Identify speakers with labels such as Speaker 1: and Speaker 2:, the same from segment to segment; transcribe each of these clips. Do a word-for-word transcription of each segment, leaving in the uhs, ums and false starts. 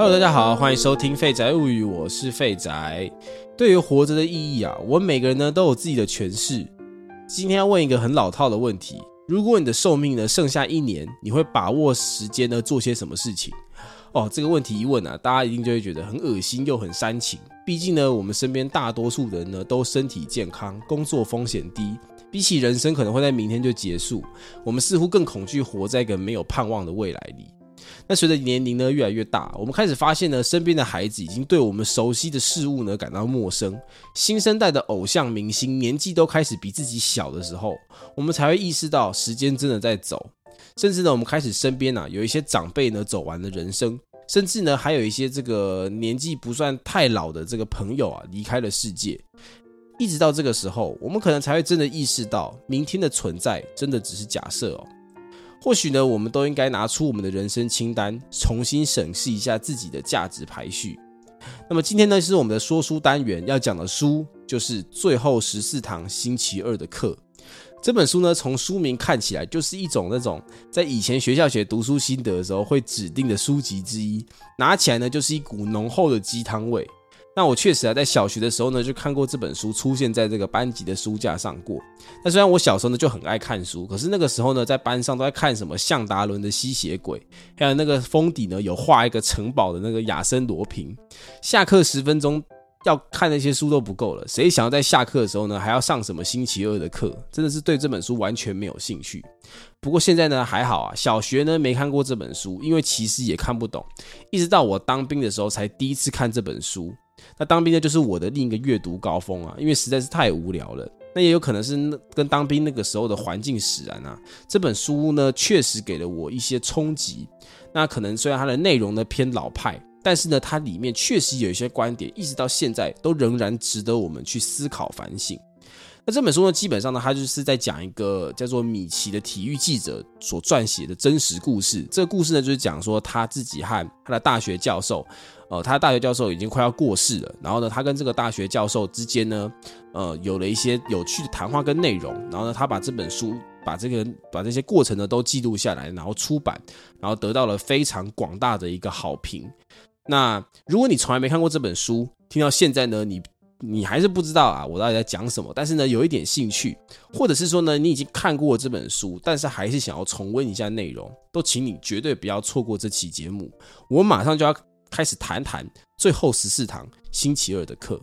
Speaker 1: Hello， 大家好，欢迎收听废宅物语，我是废宅。对于活着的意义啊，我们每个人呢都有自己的诠释。今天要问一个很老套的问题：如果你的寿命呢剩下一年，你会把握时间呢做些什么事情？哦，这个问题一问啊，大家一定就会觉得很恶心又很煽情。毕竟呢，我们身边大多数人呢都身体健康，工作风险低。比起人生可能会在明天就结束，我们似乎更恐惧活在一个没有盼望的未来里。那随着年龄呢越来越大，我们开始发现呢，身边的孩子已经对我们熟悉的事物呢感到陌生。新生代的偶像明星年纪都开始比自己小的时候，我们才会意识到时间真的在走。甚至呢，我们开始身边啊有一些长辈呢走完了人生，甚至呢还有一些这个年纪不算太老的这个朋友啊离开了世界。一直到这个时候，我们可能才会真的意识到，明天的存在真的只是假设哦。或许呢，我们都应该拿出我们的人生清单，重新审视一下自己的价值排序。那么今天呢，是我们的说书单元，要讲的书就是《最后十四堂星期二的课》。这本书呢，从书名看起来就是一种那种在以前学校写读书心得的时候会指定的书籍之一，拿起来呢就是一股浓厚的鸡汤味。那我确实啊，在小学的时候呢，就看过这本书出现在这个班级的书架上过。那虽然我小时候呢就很爱看书，可是那个时候呢，在班上都在看什么向达伦的吸血鬼，还有那个封底呢有画一个城堡的那个亚森罗平。下课十分钟要看那些书都不够了，谁想要在下课的时候呢还要上什么星期二的课？真的是对这本书完全没有兴趣。不过现在呢还好啊，小学呢没看过这本书，因为其实也看不懂，一直到我当兵的时候才第一次看这本书。那当兵呢就是我的另一个阅读高峰啊，因为实在是太无聊了。那也有可能是跟当兵那个时候的环境使然啊，这本书呢确实给了我一些冲击。那可能虽然它的内容呢偏老派，但是呢它里面确实有一些观点一直到现在都仍然值得我们去思考反省。那这本书呢，基本上呢，它就是在讲一个叫做米奇的体育记者所撰写的真实故事。这个故事呢，就是讲说他自己和他的大学教授，呃，他的大学教授已经快要过世了，然后呢，他跟这个大学教授之间呢，呃，有了一些有趣的谈话跟内容。然后呢，他把这本书，把这个把这些过程呢都记录下来，然后出版，然后得到了非常广大的一个好评。那如果你从来没看过这本书，听到现在呢，你你还是不知道啊，我到底在讲什么，但是呢，有一点兴趣，或者是说呢，你已经看过这本书，但是还是想要重温一下内容，都请你绝对不要错过这期节目。我马上就要开始谈谈最后十四堂星期二的课。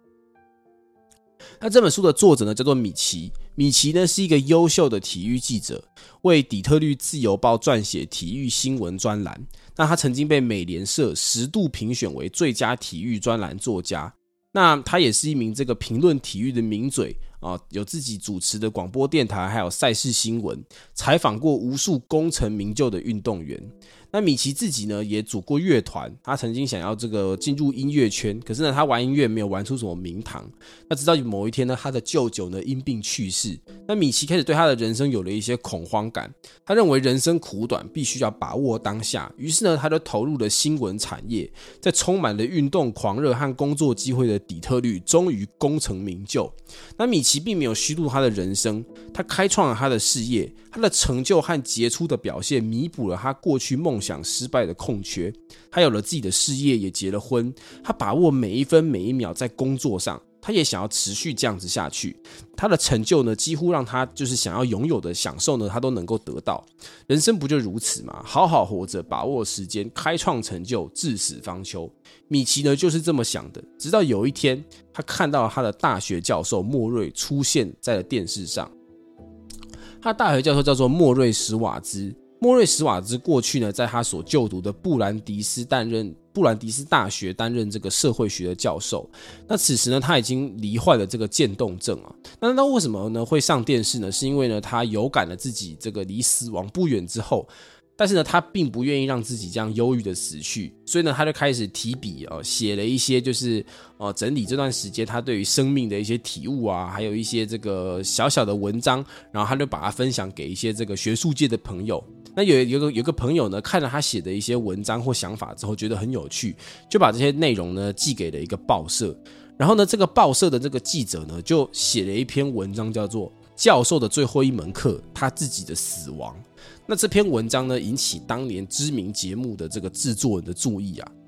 Speaker 1: 那这本书的作者呢，叫做米奇。米奇呢是一个优秀的体育记者，为底特律自由报撰写体育新闻专栏。那他曾经被美联社十度评选为最佳体育专栏作家。那他也是一名这个评论体育的名嘴啊，有自己主持的广播电台，还有赛事新闻，采访过无数功成名就的运动员。那米奇自己呢也组过乐团，他曾经想要这个进入音乐圈，可是呢他玩音乐没有玩出什么名堂。那直到某一天呢，他的舅舅呢因病去世，那米奇开始对他的人生有了一些恐慌感。他认为人生苦短，必须要把握当下，于是呢他就投入了新闻产业，在充满了运动狂热和工作机会的底特律，终于功成名就。那米奇并没有虚度他的人生，他开创了他的事业，他的成就和杰出的表现弥补了他过去梦想失败的空缺。他有了自己的事业，也结了婚，他把握每一分每一秒在工作上，他也想要持续这样子下去。他的成就呢，几乎让他就是想要拥有的享受呢，他都能够得到。人生不就如此吗？好好活着，把握时间，开创成就，至死方休。米奇呢就是这么想的，直到有一天，他看到了他的大学教授莫瑞出现在了电视上。他的大学教授叫做莫瑞史瓦兹。莫瑞史瓦兹过去呢，在他所就读的布兰迪斯担任布兰迪斯大学担任这个社会学的教授。那此时呢，他已经罹患了这个渐冻症啊。那那为什么呢会上电视呢？是因为呢，他有感了自己这个离死亡不远之后。但是呢，他并不愿意让自己这样忧郁的死去，所以呢，他就开始提笔呃，写了一些就是呃，整理这段时间他对于生命的一些体悟啊，还有一些这个小小的文章，然后他就把它分享给一些这个学术界的朋友。那有有个有个朋友呢，看了他写的一些文章或想法之后，觉得很有趣，就把这些内容呢寄给了一个报社。然后呢，这个报社的这个记者呢，就写了一篇文章，叫做《教授的最后一门课：他自己的死亡》。那这篇文章呢，引起当年知名节目的这个制作人的注意啊。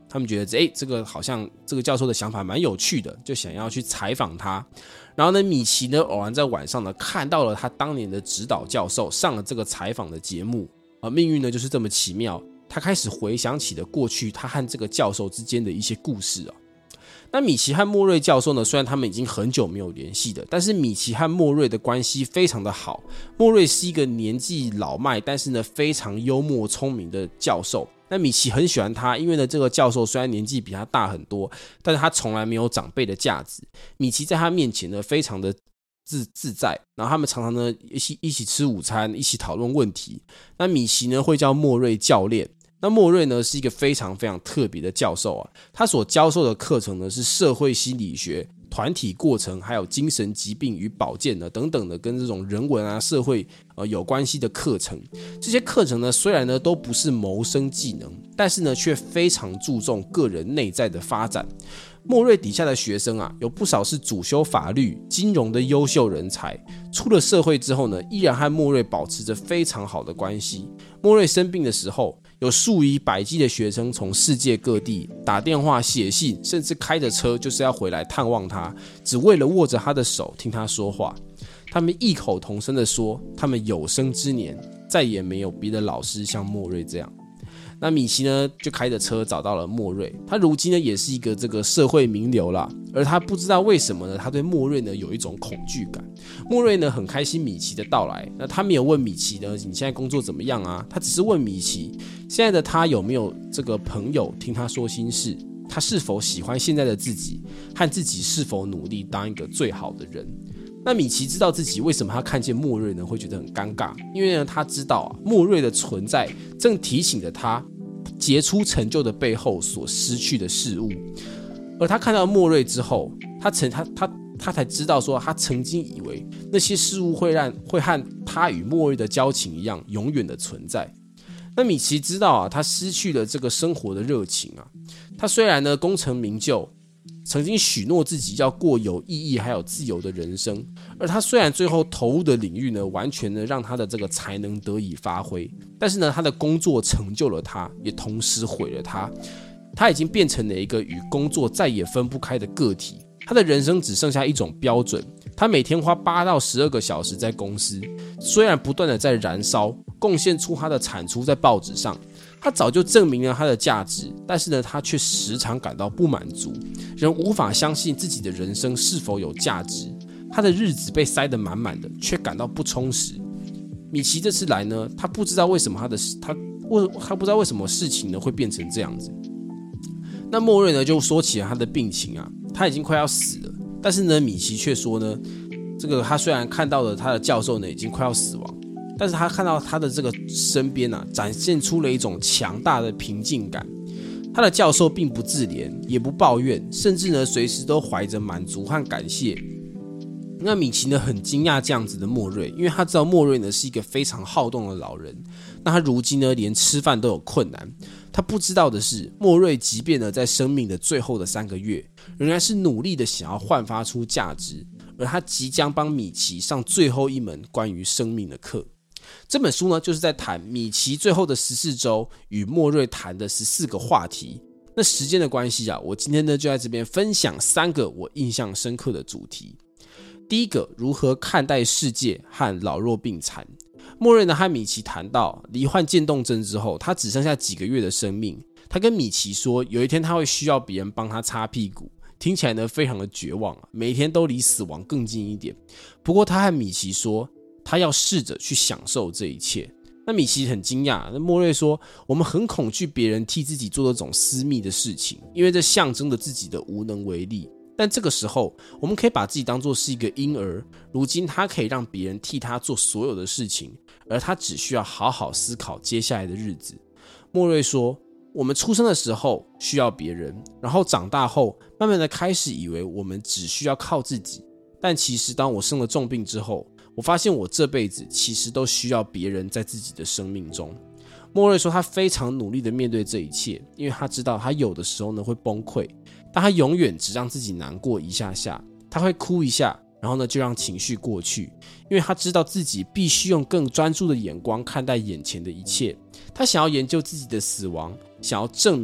Speaker 1: 他们觉得诶这个好像这个教授的想法蛮有趣的，就想要去采访他。然后呢，米奇呢偶然在晚上呢看到了他当年的指导教授上了这个采访的节目，而命运呢就是这么奇妙，他开始回想起了过去他和这个教授之间的一些故事啊。那米奇和莫瑞教授呢，虽然他们已经很久没有联系的，但是米奇和莫瑞的关系非常的好。莫瑞是一个年纪老迈，但是呢非常幽默聪明的教授。那米奇很喜欢他，因为呢这个教授虽然年纪比他大很多，但是他从来没有长辈的架子。米奇在他面前呢非常的自自在，然后他们常常呢一起一起吃午餐，一起讨论问题。那米奇呢会叫莫瑞教练。那莫瑞呢是一个非常非常特别的教授啊，他所教授的课程呢是社会心理学、团体过程，还有精神疾病与保健呢等等的跟这种人文啊社会呃有关系的课程。这些课程呢虽然呢都不是谋生技能，但是呢却非常注重个人内在的发展。莫瑞底下的学生啊，有不少是主修法律、金融的优秀人才，出了社会之后呢，依然和莫瑞保持着非常好的关系。莫瑞生病的时候，有数以百计的学生从世界各地打电话、写信，甚至开着车就是要回来探望他，只为了握着他的手听他说话。他们异口同声地说，他们有生之年再也没有别的老师像莫瑞这样。那米奇呢就开着车找到了莫瑞，他如今呢也是一个这个社会名流啦，而他不知道为什么呢，他对莫瑞呢有一种恐惧感。莫瑞呢很开心米奇的到来，那他没有问米奇呢你现在工作怎么样啊，他只是问米奇现在的他有没有这个朋友听他说心事，他是否喜欢现在的自己，和自己是否努力当一个最好的人。那米奇知道自己为什么他看见莫瑞呢会觉得很尴尬，因为呢他知道啊莫瑞的存在正提醒着他杰出成就的背后所失去的事物。而他看到莫瑞之后，他曾他他他才知道说，他曾经以为那些事物会让会和他与莫瑞的交情一样永远的存在。那米奇知道啊，他失去了这个生活的热情啊。他虽然呢功成名就，曾经许诺自己要过有意义还有自由的人生，而他虽然最后投入的领域呢，完全呢让他的这个才能得以发挥，但是呢，他的工作成就了他，也同时毁了他。他已经变成了一个与工作再也分不开的个体，他的人生只剩下一种标准，他每天花八到十二个小时在公司，虽然不断的在燃烧，贡献出他的产出在报纸上。他早就证明了他的价值，但是呢，他却时常感到不满足，人无法相信自己的人生是否有价值。他的日子被塞得满满的，却感到不充实。米奇这次来呢，他不知道为什么他的他他不知道为什么事情呢会变成这样子。那莫瑞呢就说起了他的病情啊，他已经快要死了，但是呢，米奇却说呢，这个他虽然看到了他的教授呢已经快要死亡，但是他看到他的这个身边啊，展现出了一种强大的平静感。他的教授并不自怜，也不抱怨，甚至呢，随时都怀着满足和感谢。那米奇呢，很惊讶这样子的莫瑞，因为他知道莫瑞呢是一个非常好动的老人。那他如今呢，连吃饭都有困难。他不知道的是，莫瑞即便呢在生命的最后的三个月，仍然是努力的想要焕发出价值，而他即将帮米奇上最后一门关于生命的课。这本书呢，就是在谈米奇最后的十四周与莫瑞谈的十四个话题。那时间的关系啊，我今天呢就在这边分享三个我印象深刻的主题。第一个，如何看待世界和老弱病残。莫瑞呢和米奇谈到罹患渐冻症之后，他只剩下几个月的生命。他跟米奇说，有一天他会需要别人帮他擦屁股，听起来呢非常的绝望，每天都离死亡更近一点。不过他和米奇说，他要试着去享受这一切。那米奇很惊讶，那莫瑞说，我们很恐惧别人替自己做这种私密的事情，因为这象征着自己的无能为力。但这个时候，我们可以把自己当作是一个婴儿，如今他可以让别人替他做所有的事情，而他只需要好好思考接下来的日子。莫瑞说，我们出生的时候需要别人，然后长大后慢慢的开始以为我们只需要靠自己，但其实当我生了重病之后，我发现我这辈子其实都需要别人在自己的生命中。莫瑞说，他非常努力的面对这一切，因为他知道他有的时候呢会崩溃，但他永远只让自己难过一下下，他会哭一下，然后呢就让情绪过去，因为他知道自己必须用更专注的眼光看待眼前的一切。他想要研究自己的死亡，想要证明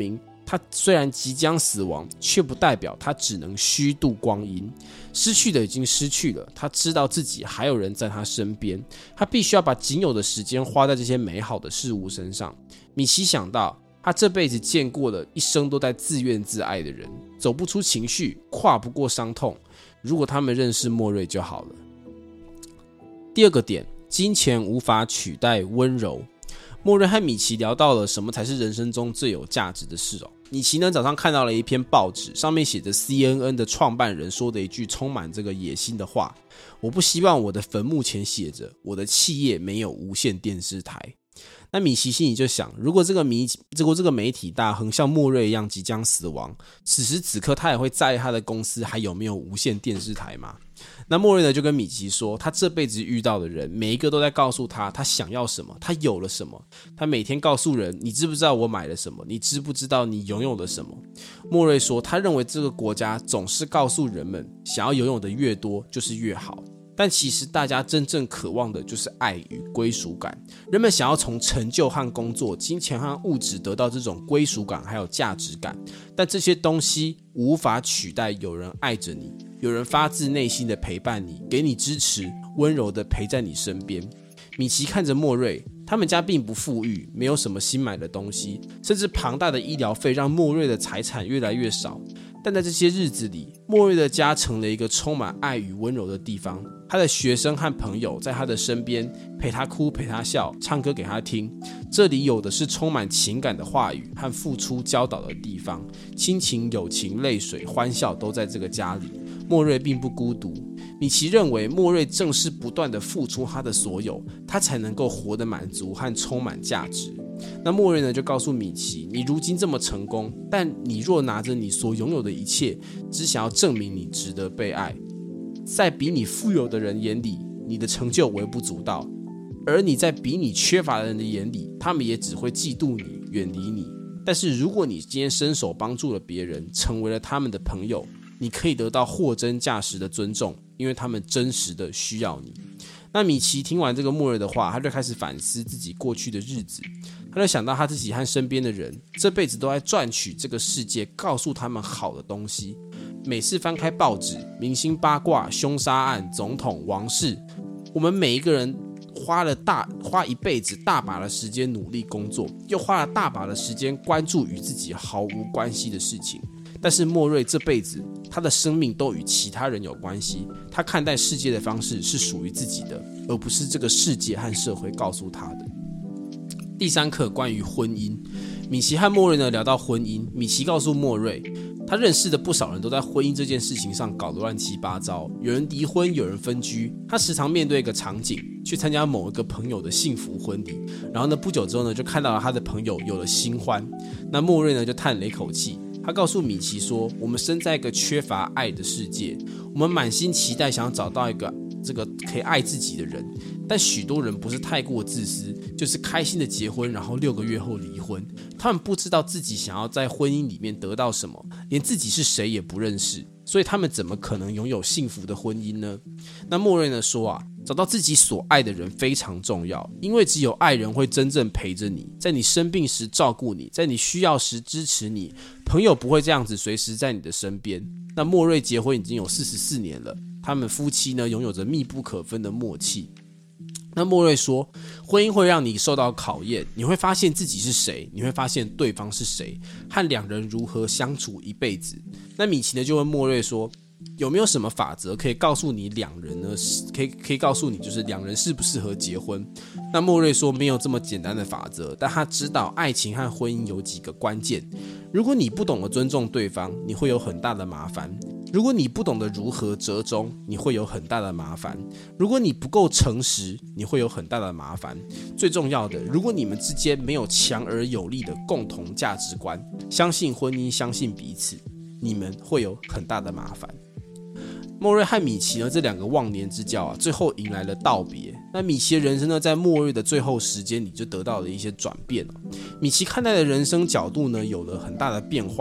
Speaker 1: 他虽然即将死亡，却不代表他只能虚度光阴。失去的已经失去了，他知道自己还有人在他身边，他必须要把仅有的时间花在这些美好的事物身上。米奇想到，他这辈子见过了一生都在自怨自艾的人，走不出情绪，跨不过伤痛。如果他们认识莫瑞就好了。第二个点，金钱无法取代温柔。莫瑞和米奇聊到了什么才是人生中最有价值的事哦。米奇呢早上看到了一篇报纸，上面写着 C N N 的创办人说的一句充满这个野心的话：我不希望我的坟墓前写着我的企业没有无线电视台。那米奇心里就想，如果这个媒如果这个媒体大亨像莫瑞一样即将死亡，此时此刻他也会在意他的公司还有没有无线电视台吗？那莫瑞呢就跟米奇说，他这辈子遇到的人每一个都在告诉他他想要什么，他有了什么。他每天告诉人，你知不知道我买了什么，你知不知道你拥有了什么。莫瑞说，他认为这个国家总是告诉人们，想要拥有的越多就是越好，但其实大家真正渴望的就是爱与归属感。人们想要从成就和工作、金钱和物质得到这种归属感还有价值感，但这些东西无法取代有人爱着你，有人发自内心的陪伴你，给你支持，温柔的陪在你身边。米奇看着莫瑞，他们家并不富裕，没有什么新买的东西，甚至庞大的医疗费让莫瑞的财产越来越少。但在这些日子里，莫瑞的家成了一个充满爱与温柔的地方。他的学生和朋友在他的身边，陪他哭，陪他笑，唱歌给他听。这里有的是充满情感的话语和付出教导的地方，亲情、友情、泪水、欢笑都在这个家里。莫瑞并不孤独。米奇认为，莫瑞正是不断的付出他的所有，他才能够活得满足和充满价值。那莫瑞呢就告诉米奇，你如今这么成功，但你若拿着你所拥有的一切，只想要证明你值得被爱，在比你富有的人眼里，你的成就微不足道，而你在比你缺乏的人的眼里，他们也只会嫉妒你，远离你。但是如果你今天伸手帮助了别人，成为了他们的朋友，你可以得到货真价实的尊重，因为他们真实的需要你。那米奇听完这个莫瑞的话，他就开始反思自己过去的日子。他就想到他自己和身边的人这辈子都在赚取这个世界告诉他们好的东西。每次翻开报纸，明星八卦、凶杀案、总统、王室，我们每一个人花了大花一辈子大把的时间努力工作，又花了大把的时间关注与自己毫无关系的事情。但是莫瑞这辈子，他的生命都与其他人有关系，他看待世界的方式是属于自己的，而不是这个世界和社会告诉他的。第三课关于婚姻，米奇和莫瑞呢聊到婚姻。米奇告诉莫瑞，他认识的不少人都在婚姻这件事情上搞得乱七八糟，有人离婚，有人分居。他时常面对一个场景，去参加某一个朋友的幸福婚礼，然后呢不久之后呢就看到了他的朋友有了新欢。那莫瑞呢就叹了一口气，他告诉米奇说，我们生在一个缺乏爱的世界，我们满心期待想要找到一个这个可以爱自己的人，但许多人不是太过自私，就是开心的结婚，然后六个月后离婚。他们不知道自己想要在婚姻里面得到什么，连自己是谁也不认识，所以他们怎么可能拥有幸福的婚姻呢？那莫瑞呢说啊，找到自己所爱的人非常重要，因为只有爱人会真正陪着你，在你生病时照顾你，在你需要时支持你。朋友不会这样子随时在你的身边。那莫瑞结婚已经有四十四年了，他们夫妻呢拥有着密不可分的默契。那莫瑞说，婚姻会让你受到考验，你会发现自己是谁，你会发现对方是谁，和两人如何相处一辈子。那米奇呢就问莫瑞说，有没有什么法则可以告诉你两人呢？可以可以告诉你，就是两人适不适合结婚？那莫瑞说没有这么简单的法则，但他知道爱情和婚姻有几个关键。如果你不懂得尊重对方，你会有很大的麻烦；如果你不懂得如何折中，你会有很大的麻烦；如果你不够诚实，你会有很大的麻烦。最重要的，如果你们之间没有强而有力的共同价值观，相信婚姻，相信彼此，你们会有很大的麻烦。莫瑞和米奇呢这两个忘年之交啊，最后迎来了道别。那米奇的人生呢，在莫瑞的最后时间里就得到了一些转变。米奇看待的人生角度呢，有了很大的变化。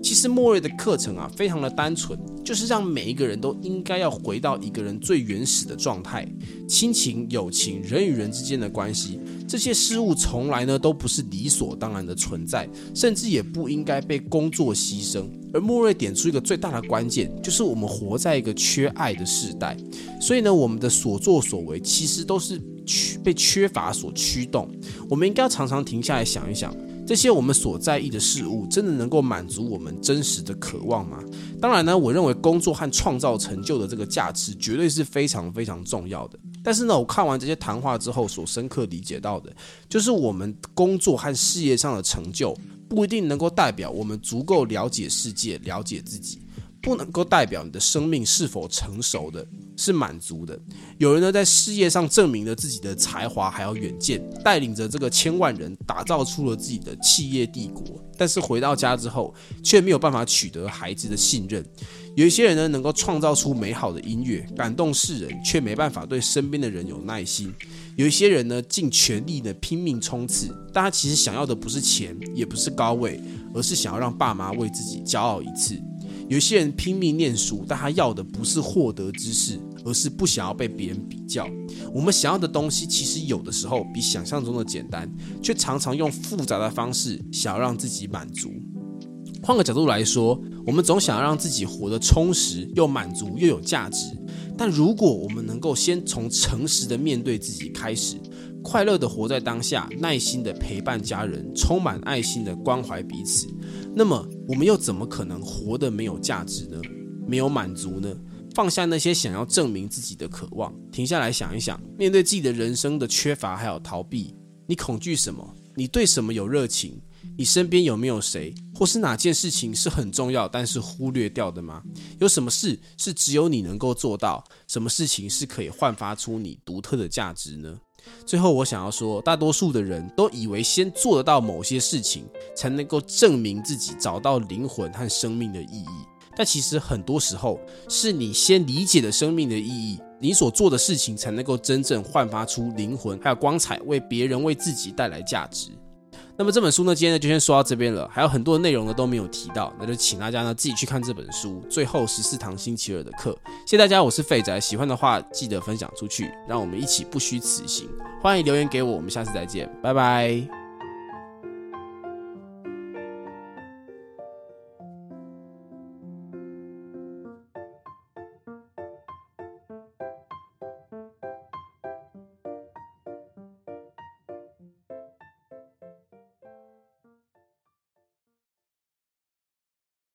Speaker 1: 其实莫瑞的课程啊，非常的单纯，就是让每一个人都应该要回到一个人最原始的状态，亲情、友情、人与人之间的关系，这些事物从来呢都不是理所当然的存在，甚至也不应该被工作牺牲。而莫瑞点出一个最大的关键，就是我们活在一个缺爱的时代，所以呢，我们的所作所为其实都是被缺乏所驱动。我们应该要常常停下来想一想，这些我们所在意的事物，真的能够满足我们真实的渴望吗？当然呢，我认为工作和创造成就的这个价值，绝对是非常非常重要的。但是呢，我看完这些谈话之后，所深刻理解到的，就是我们工作和事业上的成就，不一定能够代表我们足够了解世界、了解自己，不能够代表你的生命是否成熟的，是满足的。有人呢在事业上证明了自己的才华还有远见，带领着这个千万人打造出了自己的企业帝国，但是回到家之后却没有办法取得孩子的信任。有一些人呢能够创造出美好的音乐，感动世人，却没办法对身边的人有耐心。有一些人呢尽全力的拼命冲刺，但他其实想要的不是钱，也不是高位，而是想要让爸妈为自己骄傲一次。有些人拼命念书，但他要的不是获得知识，而是不想要被别人比较。我们想要的东西其实有的时候比想象中的简单，却常常用复杂的方式想要让自己满足。换个角度来说，我们总想要让自己活得充实又满足又有价值，但如果我们能够先从诚实的面对自己开始，快乐的活在当下，耐心的陪伴家人，充满爱心的关怀彼此，那么我们又怎么可能活得没有价值呢？没有满足呢？放下那些想要证明自己的渴望，停下来想一想，面对自己的人生的缺乏还有逃避，你恐惧什么？你对什么有热情？你身边有没有谁，或是哪件事情是很重要但是忽略掉的吗？有什么事是只有你能够做到？什么事情是可以焕发出你独特的价值呢？最后我想要说，大多数的人都以为先做得到某些事情，才能够证明自己找到灵魂和生命的意义。但其实很多时候，是你先理解了生命的意义，你所做的事情才能够真正焕发出灵魂还有光彩，为别人为自己带来价值。那么这本书呢，今天呢就先说到这边了，还有很多的内容呢都没有提到，那就请大家呢自己去看这本书。最后十四堂星期二的课，谢谢大家，我是废宅，喜欢的话记得分享出去，让我们一起不虚此行。欢迎留言给我，我们下次再见，拜拜。